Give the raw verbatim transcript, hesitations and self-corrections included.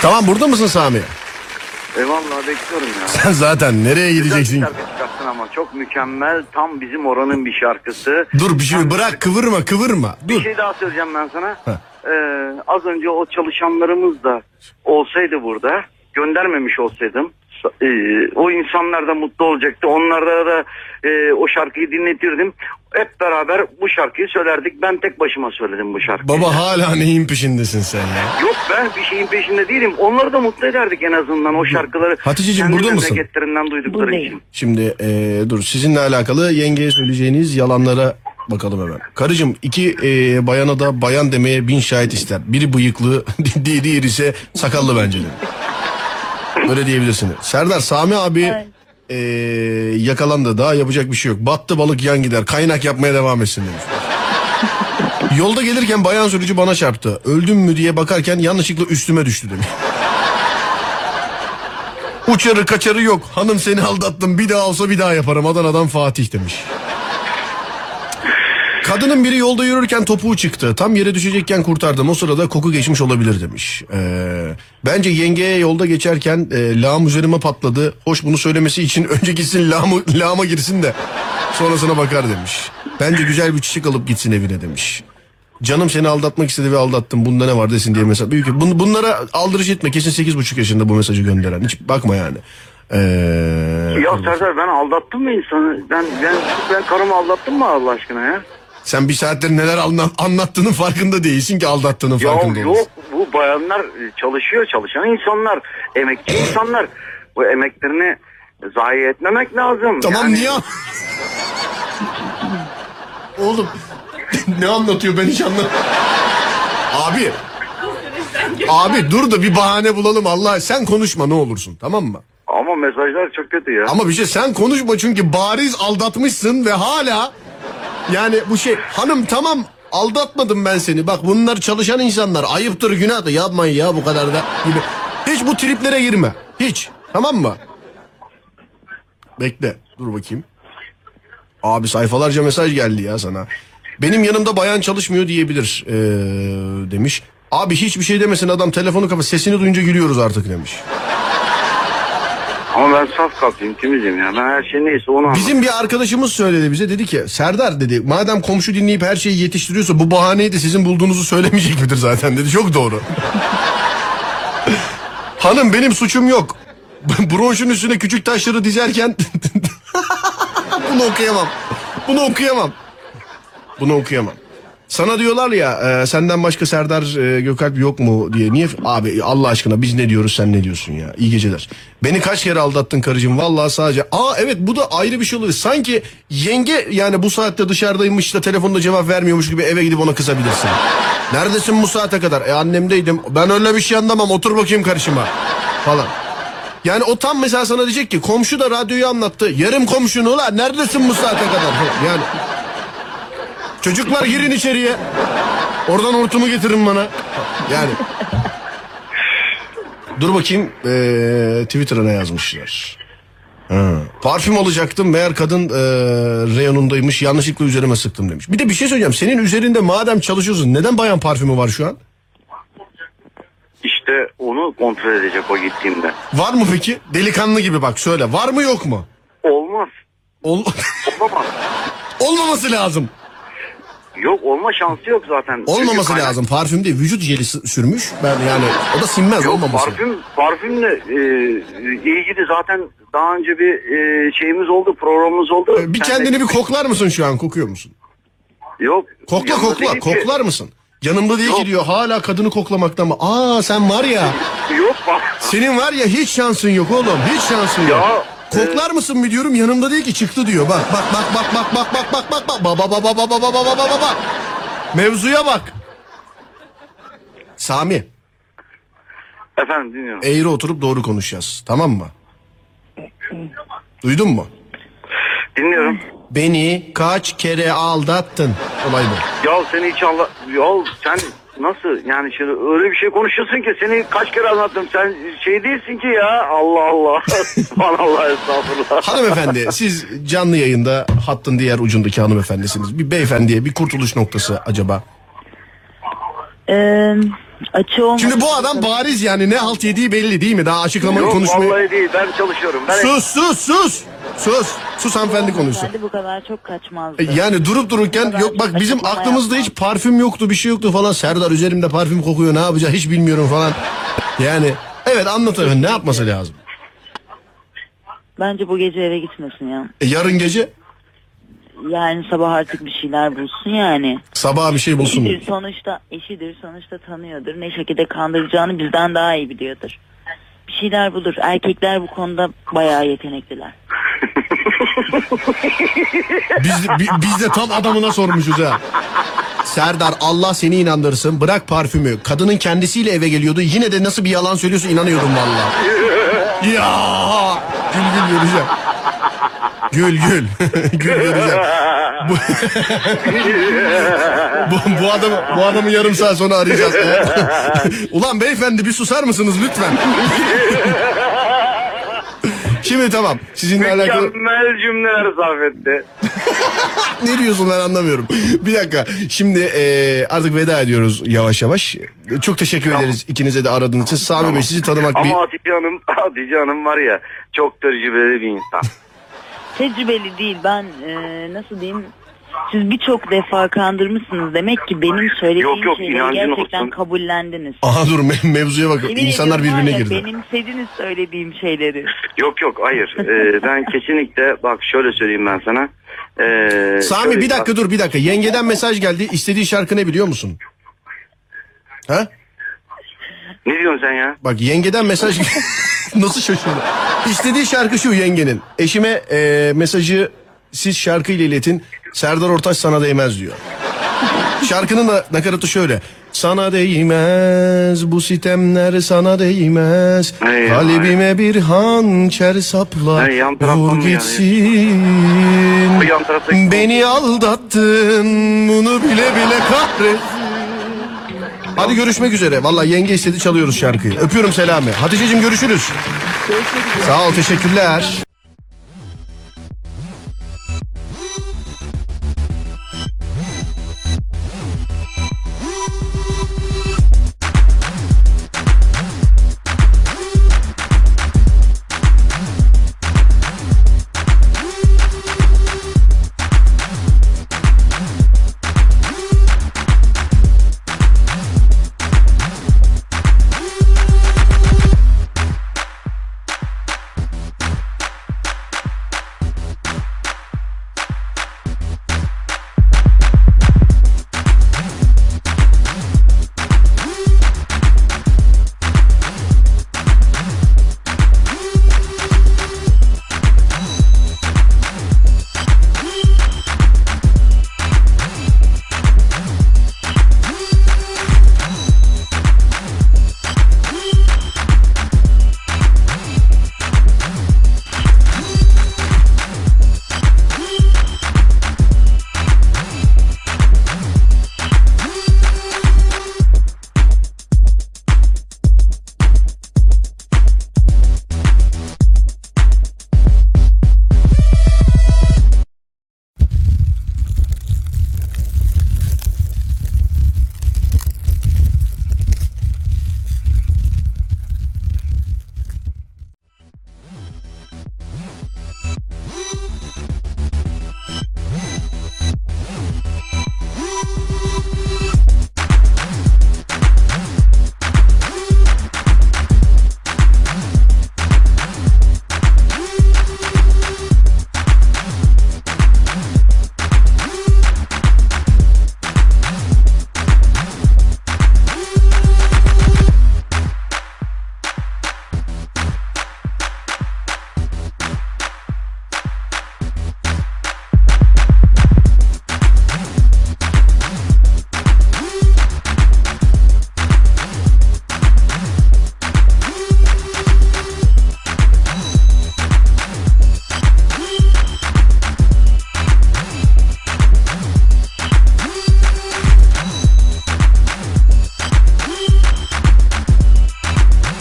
Tamam, burada mısın Sami? Eyvallah, bekliyorum ya. Sen zaten nereye gideceksin? Güzel bir şarkı çıkarttın ama çok mükemmel, tam bizim oranın bir şarkısı. Dur bir şey Tam- bırak, kıvırma kıvırma. Bir Dur. şey daha söyleyeceğim ben sana. Ee, az önce o çalışanlarımız da olsaydı burada, göndermemiş olsaydım, e, o insanlar da mutlu olacaktı. Onlara da e, o şarkıyı dinletirdim. Hep beraber bu şarkıyı söylerdik. Ben tek başıma söyledim bu şarkıyı. Baba hala neyin peşindesin sen ya? Yok, ben bir şeyin peşinde değilim. Onları da mutlu ederdik en azından, o şarkıları. Haticeciğim, kendi burada mısın? memleketlerinden duydukları Buradayım. için. Şimdi e, dur, sizinle alakalı yengeye söyleyeceğiniz yalanlara bakalım hemen. Karıcığım, iki e, bayana da bayan demeye bin şahit ister. Biri bıyıklı, di- diğeri ise sakallı bence de. Böyle diyebilirsiniz. Serdar, Sami abi Evet. e, yakalandı, daha yapacak bir şey yok. Battı balık yan gider, kaynak yapmaya devam etsin demiş. Yolda gelirken bayan sürücü bana çarptı. Öldüm mü diye bakarken yanlışlıkla üstüme düştü demiş. Uçarı kaçarı yok. Hanım, seni aldattım, bir daha olsa bir daha yaparım. Adana'dan Fatih demiş. Kadının biri yolda yürürken topuğu çıktı. Tam yere düşecekken kurtardım. O sırada koku geçmiş olabilir demiş. Ee, bence yengeye yolda geçerken e, lağım üzerime patladı. Hoş, bunu söylemesi için önce gitsin lağımı, lağıma girsin de sonrasına bakar demiş. Bence güzel bir çiçek alıp gitsin evine demiş. Canım seni aldatmak istedi ve aldattım. Bunda ne var desin diye mesaj. Büyük, bun, bunlara aldırış etme. Kesin sekiz buçuk yaşında bu mesajı gönderen. Hiç bakma yani. Ee, Ya Serdar, ben aldattım mı insanı? Ben ben ben karımı aldattım mı Allah aşkına ya? Sen bir saattir neler anlat, anlattığının farkında değilsin ki aldattığının Ya farkında yok, olursun. bu bayanlar çalışıyor, çalışan insanlar, emekçi insanlar. Bu emeklerini zayi etmemek lazım. Tamam, Yani- niye? Oğlum ne anlatıyor, ben hiç anlam. Abi. Abi dur da bir bahane bulalım Allah. Sen konuşma ne olursun, tamam mı? Ama mesajlar çok kötü ya. Ama bir şey, sen konuşma çünkü bariz aldatmışsın ve hala yani bu şey, hanım tamam aldatmadım ben seni. Bak bunlar çalışan insanlar, ayıptır günahtır, yapmayın ya bu kadar da gibi. Hiç bu triplere girme. Hiç. Tamam mı? Bekle. Dur bakayım. Abi sayfalarca mesaj geldi ya sana. Benim yanımda bayan çalışmıyor diyebilir ee, demiş. Abi hiçbir şey demesin adam, telefonu kapat, sesini duyunca gülüyoruz artık demiş. Ama ben saf kalpliyim, temizim ya. Ben her şey neyse onu anladım. Bizim bir arkadaşımız söyledi bize, dedi ki Serdar dedi, madem komşu dinleyip her şeyi yetiştiriyorsa bu bahaneyi de sizin bulduğunuzu söylemeyecek midir zaten dedi. Çok doğru. Hanım benim suçum yok. Bronşun üstüne küçük taşları dizerken bunu okuyamam. Bunu okuyamam. Bunu okuyamam. Sana diyorlar ya e, senden başka Serdar e, Gökalp yok mu diye. Niye? Abi Allah aşkına biz ne diyoruz, sen ne diyorsun ya? İyi geceler. Beni kaç kere aldattın karıcığım vallahi sadece. Aa evet, bu da ayrı bir şey olabilir. Sanki yenge yani bu saatte dışarıdaymış da telefonda cevap vermiyormuş gibi eve gidip ona kızabilirsin. Neredesin bu saate kadar? E annemdeydim. Ben öyle bir şey anlamam. Otur bakayım karşıma falan. Yani o tam mesela sana diyecek ki komşu da radyoyu anlattı. Yarım komşunu ulan neredesin bu saate kadar? Yani çocuklar girin içeriye. Oradan hortumu getirin bana. Yani. Dur bakayım. Ee, Twitter'a ne yazmışlar? Ha. Parfüm alacaktım. Meğer kadın ee, reyonundaymış. Yanlışlıkla üzerime sıktım demiş. Bir de bir şey söyleyeceğim. Senin üzerinde madem çalışıyorsun neden bayan parfümü var şu an? İşte onu kontrol edecek o gittiğimde. Var mı peki? Delikanlı gibi bak söyle. Var mı yok mu? Olmaz. Ol Olamaz. Olmaması lazım. Yok, olma şansı yok zaten. Olmaması Çünkü kaynak- lazım. Parfüm değil, vücut jeli s- sürmüş. Ben yani o da sinmez, Yok, olmaması. parfüm, parfümle e, ilgili zaten daha önce bir e, şeyimiz oldu, programımız oldu. Ee, Bir Sen kendini de- bir koklar mısın şu an? Kokuyor musun? Yok. Kokla yanında kokla. değil ki. Koklar mısın? Yanımda değil Yok. ki diyor. Hala kadını koklamaktan mı? Aa sen var ya. Yok bak. Senin var ya hiç şansın yok oğlum. Hiç şansın yok. Ya, Koklar mısın mı diyorum, yanımda değil ki, çıktı diyor. Bak bak bak bak bak bak bak bak bak bak. Baba baba baba baba baba baba bak. Mevzuya bak. Sami, Efendim, dinliyorum. eğri oturup doğru konuşacağız. Tamam mı? Duydun mu? Dinliyorum. Beni kaç kere aldattın? Olay bu. Ya seni hiç Allah... Ya sen nasıl yani şimdi öyle bir şey konuşuyorsun ki seni kaç kere anlattım. Sen şey değilsin ki ya. Allah Allah. Subhanallah, estağfurullah. Hanımefendi, siz canlı yayında hattın diğer ucundaki hanımefendisiniz. Bir beyefendiye bir kurtuluş noktası acaba? Ee, Açı olmadı. Şimdi bu adam bariz yani ne halt yediği belli değil mi? Daha açıklamayı Yok konuşmayı... vallahi değil, ben çalışıyorum. Ben Sus sus sus. Sus. Sus hanımefendi konuşsun. Hanımefendi bu kadar çok kaçmazdı. Yani durup dururken kadar yok bak çok bizim açıklama aklımızda hiç parfüm yoktu bir şey yoktu falan. Serdar üzerimde parfüm kokuyor ne yapacağız hiç bilmiyorum falan. Yani evet anlat efendim ne yapması lazım? Bence bu gece eve gitmesin ya. E, yarın gece Yani sabah artık bir şeyler bulsun yani. sabah bir şey bulsun. Eşidir sonuçta, eşidir sonuçta tanıyordur. Ne şekilde kandıracağını bizden daha iyi biliyordur. Bir şeyler bulur. Erkekler bu konuda bayağı yetenekliler. Biz, bi- biz de tam adamına sormuşuz ha. Serdar Allah seni inandırsın bırak parfümü. Kadının kendisiyle eve geliyordu. Yine de nasıl bir yalan söylüyorsun inanıyordum vallahi. Ya gül gül göreceğim. Gül gül. Gül göreceğim. Bu, bu, bu adamı bu adamı yarım saat sonra arayacağız. Ulan beyefendi bir susar mısınız lütfen? Şimdi tamam. Sizinle alakalı... Mükemmel cümleler sarf etti. Ne diyorsun ben anlamıyorum. Bir dakika. Şimdi e, artık veda ediyoruz yavaş yavaş. Çok teşekkür ederiz ikinize de aradığınız için. Sami Bey sizi tanımak bir... Ama Hatice Hanım, Hatice Hanım var ya çok tecrübeli bir insan. Tecrübeli değil. Ben e, nasıl diyeyim? Siz birçok defa kandırmışsınız. Demek ki benim söylediğim Yok, yok, şeyleri inancın gerçekten olsun. kabullendiniz. Aha dur me- mevzuya bak. Yemin İnsanlar ediyorum var birbirine ya, girdi. benimsediniz söylediğim şeyleri. Yok yok hayır. Ee, ben kesinlikle bak şöyle söyleyeyim ben sana. Ee, Sami şöyle- bir dakika dur bir dakika. Yengeden mesaj geldi. İstediği şarkı ne biliyor musun? Ha? Ne diyorsun sen ya? Bak yengeden mesaj... Nasıl şaşırdı? İstediği şarkı şu yengenin. Eşime e, mesajı siz şarkıyla iletin. Serdar Ortaç sana değmez diyor. Şarkının da nakaratı şöyle. Sana değmez bu sitemler sana değmez. Hey, Kalbime bir hançer sapla Hey, yan taraftan vur mı gitsin. Bu yan taraftaki- Beni aldattın bunu bile bile kahretsin. Hadi görüşmek üzere. Vallahi yenge istedi çalıyoruz şarkıyı. Öpüyorum Selami. Hatice'cim görüşürüz. Sağ ol teşekkürler.